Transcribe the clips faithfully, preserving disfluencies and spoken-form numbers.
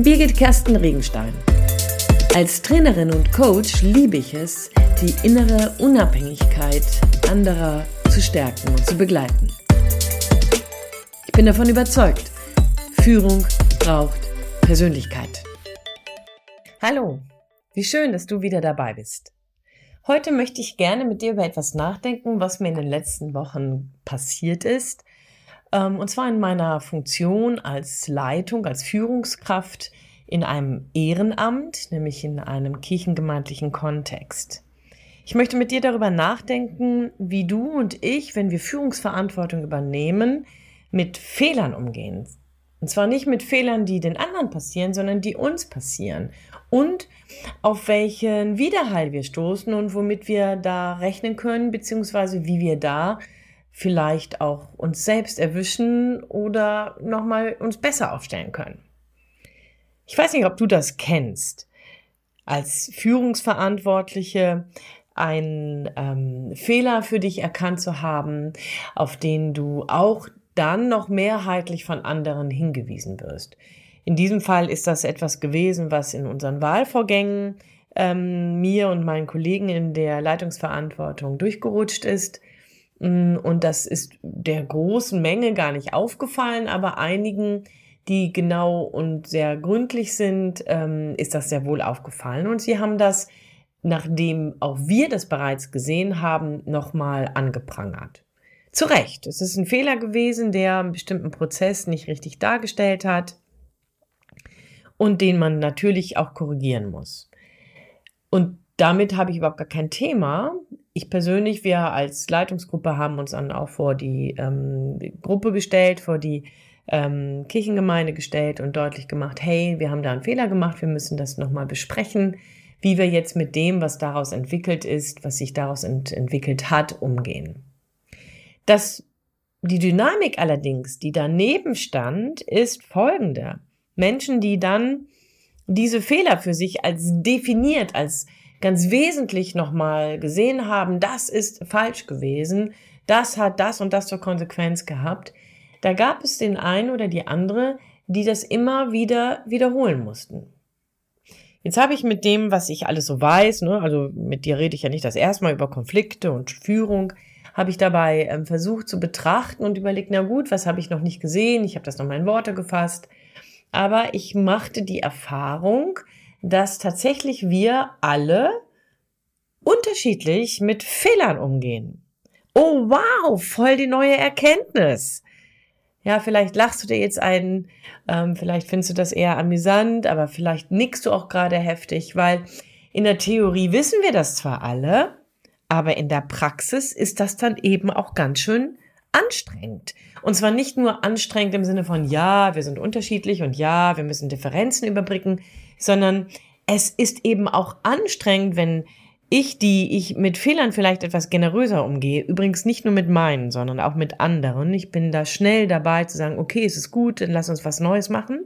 Birgit Kersten Regenstein. Als Trainerin und Coach liebe ich es, die innere Unabhängigkeit anderer zu stärken und zu begleiten. Ich bin davon überzeugt, Führung braucht Persönlichkeit. Hallo, wie schön, dass du wieder dabei bist. Heute möchte ich gerne mit dir über etwas nachdenken, was mir in den letzten Wochen passiert ist. Und zwar in meiner Funktion als Leitung, als Führungskraft in einem Ehrenamt, nämlich in einem kirchengemeindlichen Kontext. Ich möchte mit dir darüber nachdenken, wie du und ich, wenn wir Führungsverantwortung übernehmen, mit Fehlern umgehen. Und zwar nicht mit Fehlern, die den anderen passieren, sondern die uns passieren. Und auf welchen Widerhall wir stoßen und womit wir da rechnen können, beziehungsweise wie wir da vielleicht auch uns selbst erwischen oder nochmal uns besser aufstellen können. Ich weiß nicht, ob du das kennst, als Führungsverantwortliche einen ähm, Fehler für dich erkannt zu haben, auf den du auch dann noch mehrheitlich von anderen hingewiesen wirst. In diesem Fall ist das etwas gewesen, was in unseren Wahlvorgängen ähm, mir und meinen Kollegen in der Leitungsverantwortung durchgerutscht ist. Und das ist der großen Menge gar nicht aufgefallen, aber einigen, die genau und sehr gründlich sind, ähm, ist das sehr wohl aufgefallen. Und sie haben das, nachdem auch wir das bereits gesehen haben, nochmal angeprangert. Zu Recht, es ist ein Fehler gewesen, der einen bestimmten Prozess nicht richtig dargestellt hat und den man natürlich auch korrigieren muss. Und damit habe ich überhaupt gar kein Thema. Ich persönlich, wir als Leitungsgruppe haben uns dann auch vor die ähm, Gruppe gestellt, vor die ähm, Kirchengemeinde gestellt und deutlich gemacht, hey, wir haben da einen Fehler gemacht, wir müssen das nochmal besprechen, wie wir jetzt mit dem, was daraus entwickelt ist, was sich daraus ent- entwickelt hat, umgehen. Das, die Dynamik allerdings, die daneben stand, ist folgende. Menschen, die dann diese Fehler für sich als definiert, als ganz wesentlich nochmal gesehen haben, das ist falsch gewesen, das hat das und das zur Konsequenz gehabt. Da gab es den einen oder die andere, die das immer wieder wiederholen mussten. Jetzt habe ich mit dem, was ich alles so weiß, ne, also mit dir rede ich ja nicht das erste Mal über Konflikte und Führung, habe ich dabei ähm, versucht zu betrachten und überlegt, na gut, was habe ich noch nicht gesehen? Ich habe das nochmal in Worte gefasst. Aber ich machte die Erfahrung, dass tatsächlich wir alle unterschiedlich mit Fehlern umgehen. Oh wow, voll die neue Erkenntnis. Ja, vielleicht lachst du dir jetzt ein, ähm, vielleicht findest du das eher amüsant, aber vielleicht nickst du auch gerade heftig, weil in der Theorie wissen wir das zwar alle, aber in der Praxis ist das dann eben auch ganz schön anstrengend. Und zwar nicht nur anstrengend im Sinne von, ja, wir sind unterschiedlich und ja, wir müssen Differenzen überbrücken, sondern es ist eben auch anstrengend, wenn ich, die ich mit Fehlern vielleicht etwas generöser umgehe, übrigens nicht nur mit meinen, sondern auch mit anderen. Ich bin da schnell dabei zu sagen, okay, es ist gut, dann lass uns was Neues machen.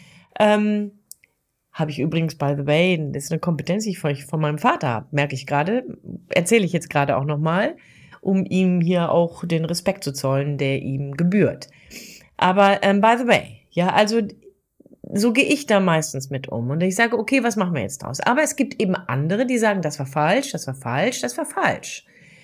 Ähm, habe ich übrigens, by the way, das ist eine Kompetenz, die ich von, von meinem Vater habe, merke ich gerade, erzähle ich jetzt gerade auch nochmal, um ihm hier auch den Respekt zu zollen, der ihm gebührt. Aber ähm, by the way, ja, also so gehe ich da meistens mit um. Und ich sage, okay, was machen wir jetzt draus? Aber es gibt eben andere, die sagen, das war falsch, das war falsch, das war falsch.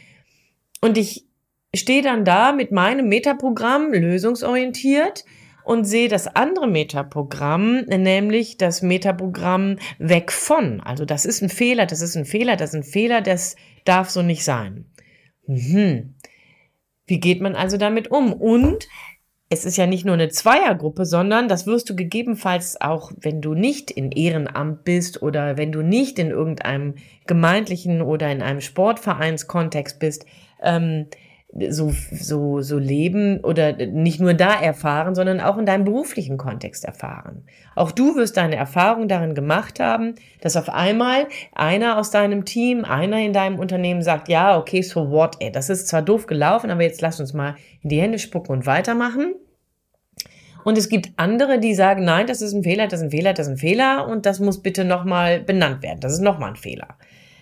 Und ich stehe dann da mit meinem Metaprogramm lösungsorientiert und sehe das andere Metaprogramm, nämlich das Metaprogramm weg von. Also das ist ein Fehler, das ist ein Fehler, das ist ein Fehler, das darf so nicht sein. Mhm. Wie geht man also damit um? Und es ist ja nicht nur eine Zweiergruppe, sondern das wirst du gegebenenfalls auch, wenn du nicht in Ehrenamt bist oder wenn du nicht in irgendeinem gemeindlichen oder in einem Sportvereinskontext bist, ähm, so, so, so leben oder nicht nur da erfahren, sondern auch in deinem beruflichen Kontext erfahren. Auch du wirst deine Erfahrung darin gemacht haben, dass auf einmal einer aus deinem Team, einer in deinem Unternehmen sagt, ja, okay, so what, ey, das ist zwar doof gelaufen, aber jetzt lass uns mal in die Hände spucken und weitermachen. Und es gibt andere, die sagen, nein, das ist ein Fehler, das ist ein Fehler, das ist ein Fehler und das muss bitte nochmal benannt werden. Das ist nochmal ein Fehler.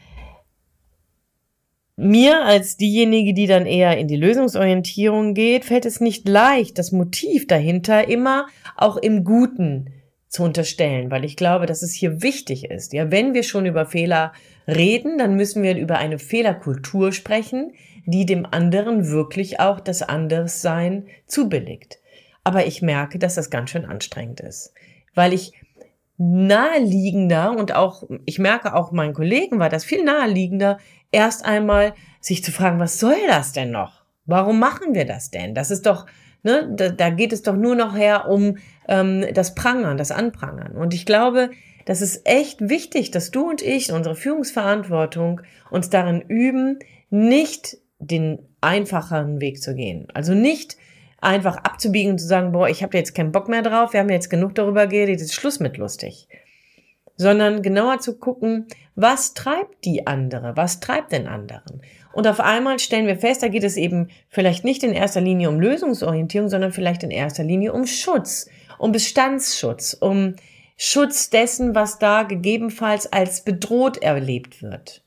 Mir als diejenige, die dann eher in die Lösungsorientierung geht, fällt es nicht leicht, das Motiv dahinter immer auch im Guten zu unterstellen, weil ich glaube, dass es hier wichtig ist. Ja, wenn wir schon über Fehler reden, dann müssen wir über eine Fehlerkultur sprechen, die dem anderen wirklich auch das Anderssein zubilligt. Aber ich merke, dass das ganz schön anstrengend ist, weil ich naheliegender und auch, ich merke auch meinen Kollegen war das viel naheliegender, erst einmal sich zu fragen, was soll das denn noch? Warum machen wir das denn? Das ist doch, ne, da, da geht es doch nur noch her um ähm, das Prangern, das Anprangern. Und ich glaube, das ist echt wichtig, dass du und ich, unsere Führungsverantwortung, uns darin üben, nicht den einfacheren Weg zu gehen. Also nicht einfach abzubiegen und zu sagen, boah, ich habe jetzt keinen Bock mehr drauf, wir haben jetzt genug darüber geredet, jetzt ist Schluss mit lustig. Sondern genauer zu gucken, was treibt die andere, was treibt den anderen. Und auf einmal stellen wir fest, da geht es eben vielleicht nicht in erster Linie um Lösungsorientierung, sondern vielleicht in erster Linie um Schutz, um Bestandsschutz, um Schutz dessen, was da gegebenenfalls als bedroht erlebt wird.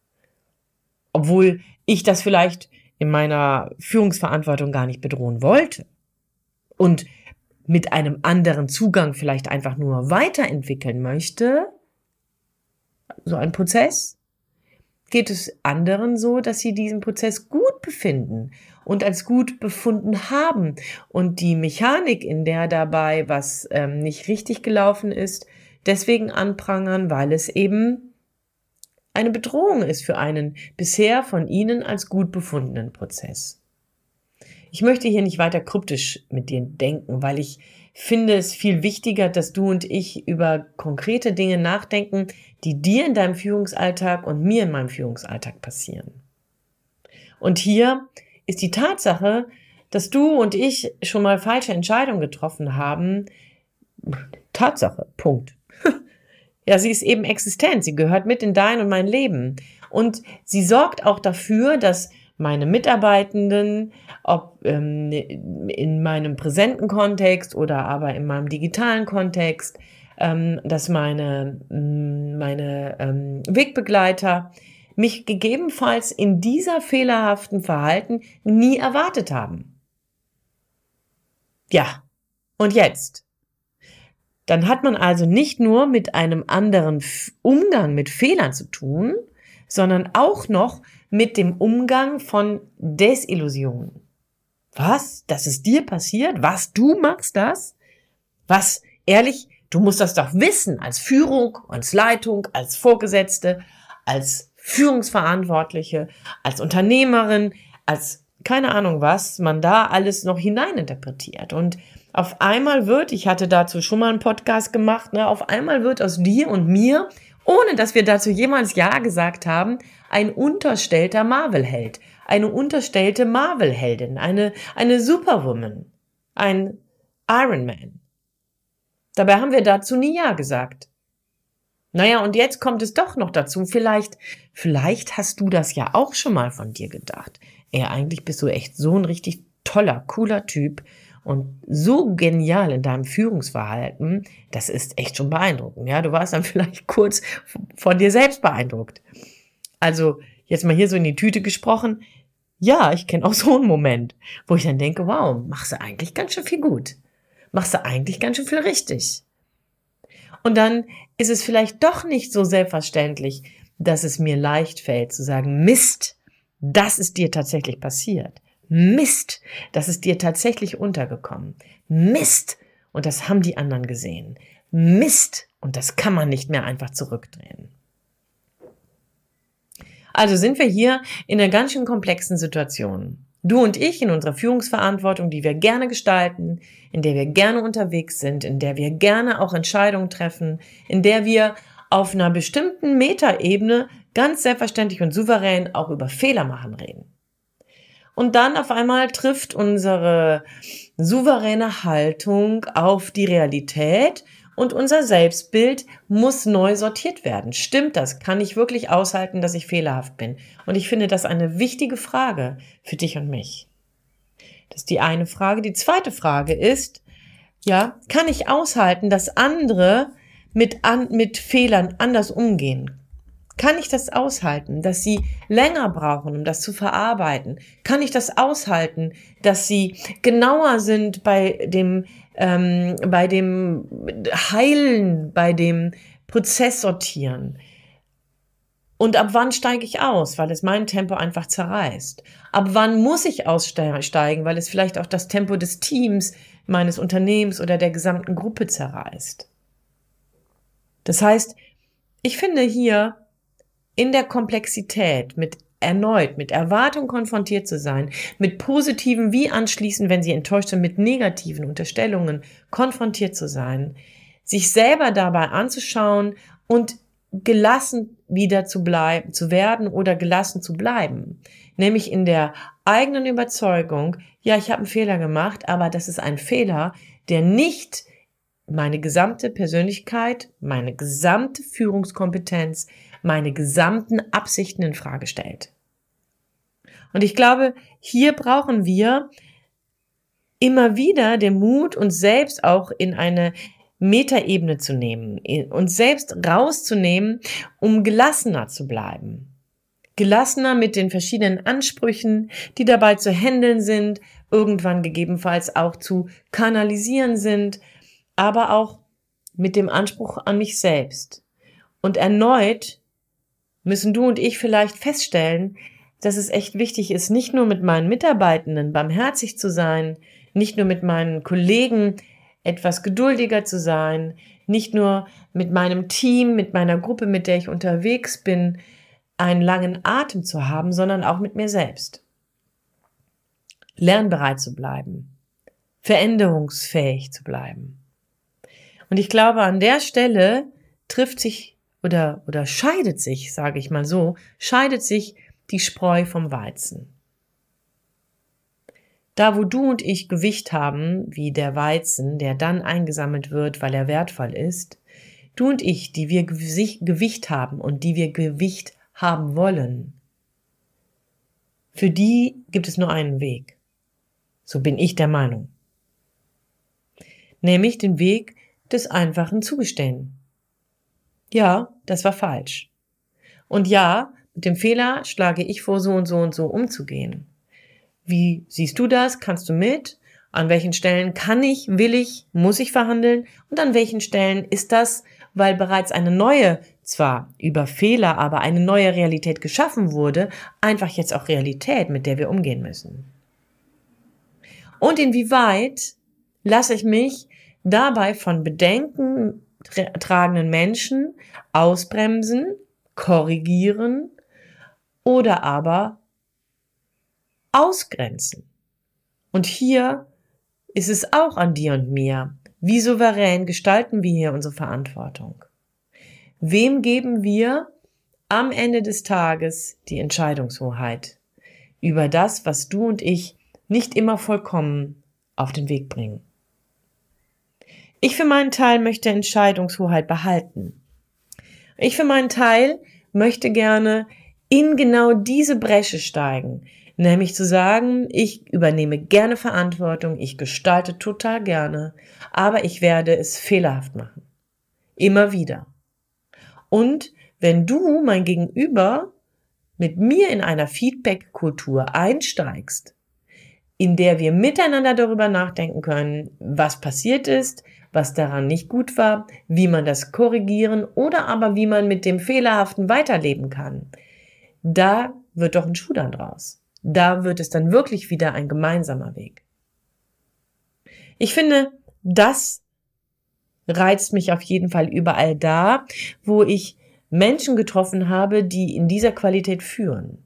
Obwohl ich das vielleicht in meiner Führungsverantwortung gar nicht bedrohen wollte und mit einem anderen Zugang vielleicht einfach nur weiterentwickeln möchte, so ein Prozess, geht es anderen so, dass sie diesen Prozess gut befinden und als gut befunden haben und die Mechanik, in der dabei was ähm, nicht richtig gelaufen ist, deswegen anprangern, weil es eben eine Bedrohung ist für einen bisher von ihnen als gut befundenen Prozess. Ich möchte hier nicht weiter kryptisch mit dir denken, weil ich finde es viel wichtiger, dass du und ich über konkrete Dinge nachdenken, die dir in deinem Führungsalltag und mir in meinem Führungsalltag passieren. Und hier ist die Tatsache, dass du und ich schon mal falsche Entscheidungen getroffen haben, Tatsache, Punkt. Ja, sie ist eben existent, sie gehört mit in dein und mein Leben. Und sie sorgt auch dafür, dass meine Mitarbeitenden, ob ähm, in meinem präsenten Kontext oder aber in meinem digitalen Kontext, ähm, dass meine, meine ähm, Wegbegleiter mich gegebenenfalls in dieser fehlerhaften Verhalten nie erwartet haben. Ja, und jetzt? Dann hat man also nicht nur mit einem anderen Umgang mit Fehlern zu tun, sondern auch noch mit dem Umgang von Desillusionen. Was? Das ist dir passiert? Was? Du machst das? Was? Ehrlich? Du musst das doch wissen, als Führung, als Leitung, als Vorgesetzte, als Führungsverantwortliche, als Unternehmerin, als keine Ahnung was, man da alles noch hineininterpretiert. Und auf einmal wird, ich hatte dazu schon mal einen Podcast gemacht, ne, auf einmal wird aus dir und mir, ohne dass wir dazu jemals Ja gesagt haben, ein unterstellter Marvel-Held, eine unterstellte Marvel-Heldin, eine, eine Superwoman, ein Iron Man. Dabei haben wir dazu nie Ja gesagt. Naja, und jetzt kommt es doch noch dazu, vielleicht, vielleicht hast du das ja auch schon mal von dir gedacht. Ey, eigentlich bist du echt so ein richtig toller, cooler Typ und so genial in deinem Führungsverhalten, das ist echt schon beeindruckend. Ja, du warst dann vielleicht kurz von dir selbst beeindruckt. Also, jetzt mal hier so in die Tüte gesprochen. Ja, ich kenne auch so einen Moment, wo ich dann denke, wow, machst du eigentlich ganz schön viel gut. Machst du eigentlich ganz schön viel richtig. Und dann ist es vielleicht doch nicht so selbstverständlich, dass es mir leicht fällt zu sagen, Mist, das ist dir tatsächlich passiert. Mist, das ist dir tatsächlich untergekommen. Mist, und das haben die anderen gesehen. Mist, und das kann man nicht mehr einfach zurückdrehen. Also sind wir hier in einer ganz schön komplexen Situation. Du und ich in unserer Führungsverantwortung, die wir gerne gestalten, in der wir gerne unterwegs sind, in der wir gerne auch Entscheidungen treffen, in der wir auf einer bestimmten Metaebene ganz selbstverständlich und souverän auch über Fehler machen reden. Und dann auf einmal trifft unsere souveräne Haltung auf die Realität und unser Selbstbild muss neu sortiert werden. Stimmt das? Kann ich wirklich aushalten, dass ich fehlerhaft bin? Und ich finde das eine wichtige Frage für dich und mich. Das ist die eine Frage. Die zweite Frage ist, ja, kann ich aushalten, dass andere mit, an, mit Fehlern anders umgehen? Kann ich das aushalten, dass sie länger brauchen, um das zu verarbeiten? Kann ich das aushalten, dass sie genauer sind bei dem, ähm, bei dem Heilen, bei dem Prozess sortieren? Und ab wann steige ich aus, weil es mein Tempo einfach zerreißt? Ab wann muss ich aussteigen, weil es vielleicht auch das Tempo des Teams, meines Unternehmens oder der gesamten Gruppe zerreißt? Das heißt, ich finde hier in der Komplexität mit erneut mit Erwartungen konfrontiert zu sein, mit positiven wie anschließend, wenn sie enttäuscht sind, mit negativen Unterstellungen konfrontiert zu sein, sich selber dabei anzuschauen und gelassen wieder zu bleiben, zu werden oder gelassen zu bleiben. Nämlich in der eigenen Überzeugung, ja, ich habe einen Fehler gemacht, aber das ist ein Fehler, der nicht meine gesamte Persönlichkeit, meine gesamte Führungskompetenz, meine gesamten Absichten in Frage stellt. Und ich glaube, hier brauchen wir immer wieder den Mut, uns selbst auch in eine Metaebene zu nehmen, uns selbst rauszunehmen, um gelassener zu bleiben. Gelassener mit den verschiedenen Ansprüchen, die dabei zu handeln sind, irgendwann gegebenenfalls auch zu kanalisieren sind, aber auch mit dem Anspruch an mich selbst. Und erneut müssen du und ich vielleicht feststellen, dass es echt wichtig ist, nicht nur mit meinen Mitarbeitenden barmherzig zu sein, nicht nur mit meinen Kollegen etwas geduldiger zu sein, nicht nur mit meinem Team, mit meiner Gruppe, mit der ich unterwegs bin, einen langen Atem zu haben, sondern auch mit mir selbst. Lernbereit zu bleiben, veränderungsfähig zu bleiben. Und ich glaube, an der Stelle trifft sich oder, oder scheidet sich, sage ich mal so, scheidet sich die Spreu vom Weizen. Da, wo du und ich Gewicht haben, wie der Weizen, der dann eingesammelt wird, weil er wertvoll ist, du und ich, die wir Gewicht haben und die wir Gewicht haben wollen, für die gibt es nur einen Weg. So bin ich der Meinung. Nämlich den Weg des einfachen Zugestehen. Ja, das war falsch. Und ja, mit dem Fehler schlage ich vor, so und so und so umzugehen. Wie siehst du das? Kannst du mit? An welchen Stellen kann ich, will ich, muss ich verhandeln? Und an welchen Stellen ist das, weil bereits eine neue, zwar über Fehler, aber eine neue Realität geschaffen wurde, einfach jetzt auch Realität, mit der wir umgehen müssen? Und inwieweit lasse ich mich dabei von Bedenken tragenden Menschen ausbremsen, korrigieren oder aber ausgrenzen? Und hier ist es auch an dir und mir. Wie souverän gestalten wir hier unsere Verantwortung? Wem geben wir am Ende des Tages die Entscheidungshoheit über das, was du und ich nicht immer vollkommen auf den Weg bringen? Ich für meinen Teil möchte Entscheidungshoheit behalten. Ich für meinen Teil möchte gerne in genau diese Bresche steigen, nämlich zu sagen, ich übernehme gerne Verantwortung, ich gestalte total gerne, aber ich werde es fehlerhaft machen. Immer wieder. Und wenn du, mein Gegenüber, mit mir in einer Feedback-Kultur einsteigst, in der wir miteinander darüber nachdenken können, was passiert ist, was daran nicht gut war, wie man das korrigieren oder aber wie man mit dem Fehlerhaften weiterleben kann, da wird doch ein Schuh dann draus. Da wird es dann wirklich wieder ein gemeinsamer Weg. Ich finde, das reizt mich auf jeden Fall überall da, wo ich Menschen getroffen habe, die in dieser Qualität führen.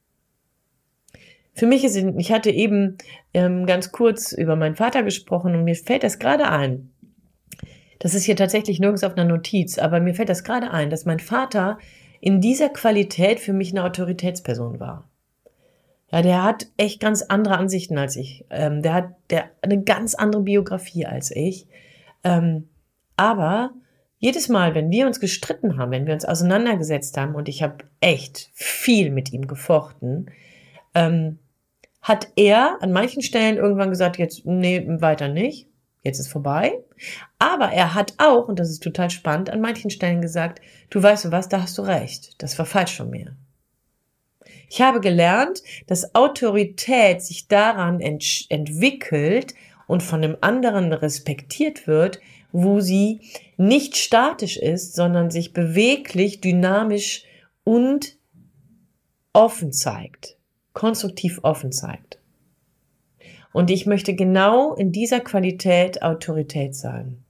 Für mich ist, ich hatte eben ähm, ganz kurz über meinen Vater gesprochen und mir fällt das gerade ein. Das ist hier tatsächlich nirgends auf einer Notiz, aber mir fällt das gerade ein, dass mein Vater in dieser Qualität für mich eine Autoritätsperson war. Ja, der hat echt ganz andere Ansichten als ich. Ähm, der hat der eine ganz andere Biografie als ich. Ähm, aber jedes Mal, wenn wir uns gestritten haben, wenn wir uns auseinandergesetzt haben und ich habe echt viel mit ihm gefochten, ähm, hat er an manchen Stellen irgendwann gesagt, jetzt nee, weiter nicht. jetzt ist vorbei. Aber er hat auch, und das ist total spannend, an manchen Stellen gesagt, du weißt du was, da hast du recht, das war falsch von mir. Ich habe gelernt, dass Autorität sich daran ent- entwickelt und von dem anderen respektiert wird, wo sie nicht statisch ist, sondern sich beweglich, dynamisch und offen zeigt, konstruktiv offen zeigt. Und ich möchte genau in dieser Qualität Autorität sein.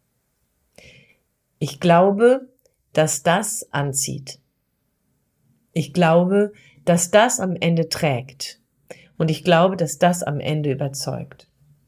Ich glaube, dass das anzieht. Ich glaube, dass das am Ende trägt. Und ich glaube, dass das am Ende überzeugt.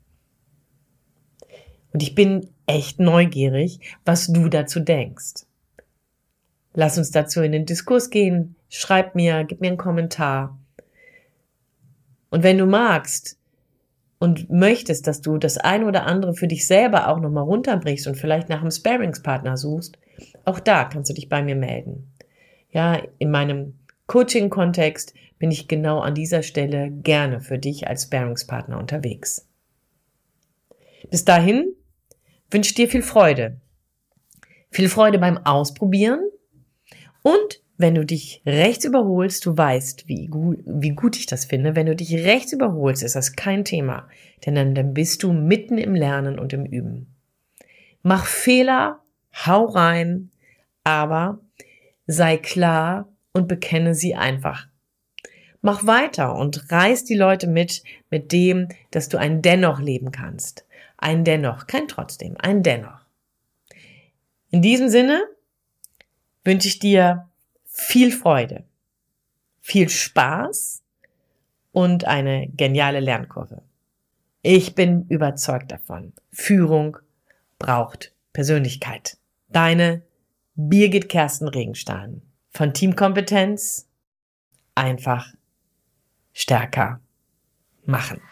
Und ich bin echt neugierig, was du dazu denkst. Lass uns dazu in den Diskurs gehen. Schreib mir, gib mir einen Kommentar. Und wenn du magst und möchtest, dass du das eine oder andere für dich selber auch nochmal runterbrichst und vielleicht nach einem Sparringspartner suchst, auch da kannst du dich bei mir melden. Ja, in meinem Coaching-Kontext bin ich genau an dieser Stelle gerne für dich als Sparringspartner unterwegs. Bis dahin wünsche ich dir viel Freude. Viel Freude beim Ausprobieren und wenn du dich rechts überholst, du weißt, wie gut, wie gut ich das finde, wenn du dich rechts überholst, ist das kein Thema, denn dann, dann bist du mitten im Lernen und im Üben. Mach Fehler, hau rein, aber sei klar und bekenne sie einfach. Mach weiter und reiß die Leute mit, mit dem, dass du ein Dennoch leben kannst. Ein Dennoch, kein Trotzdem, ein Dennoch. In diesem Sinne wünsche ich dir viel Freude, viel Spaß und eine geniale Lernkurve. Ich bin überzeugt davon. Führung braucht Persönlichkeit. Deine Birgit Kersten Regenstein von Teamkompetenz einfach stärker machen.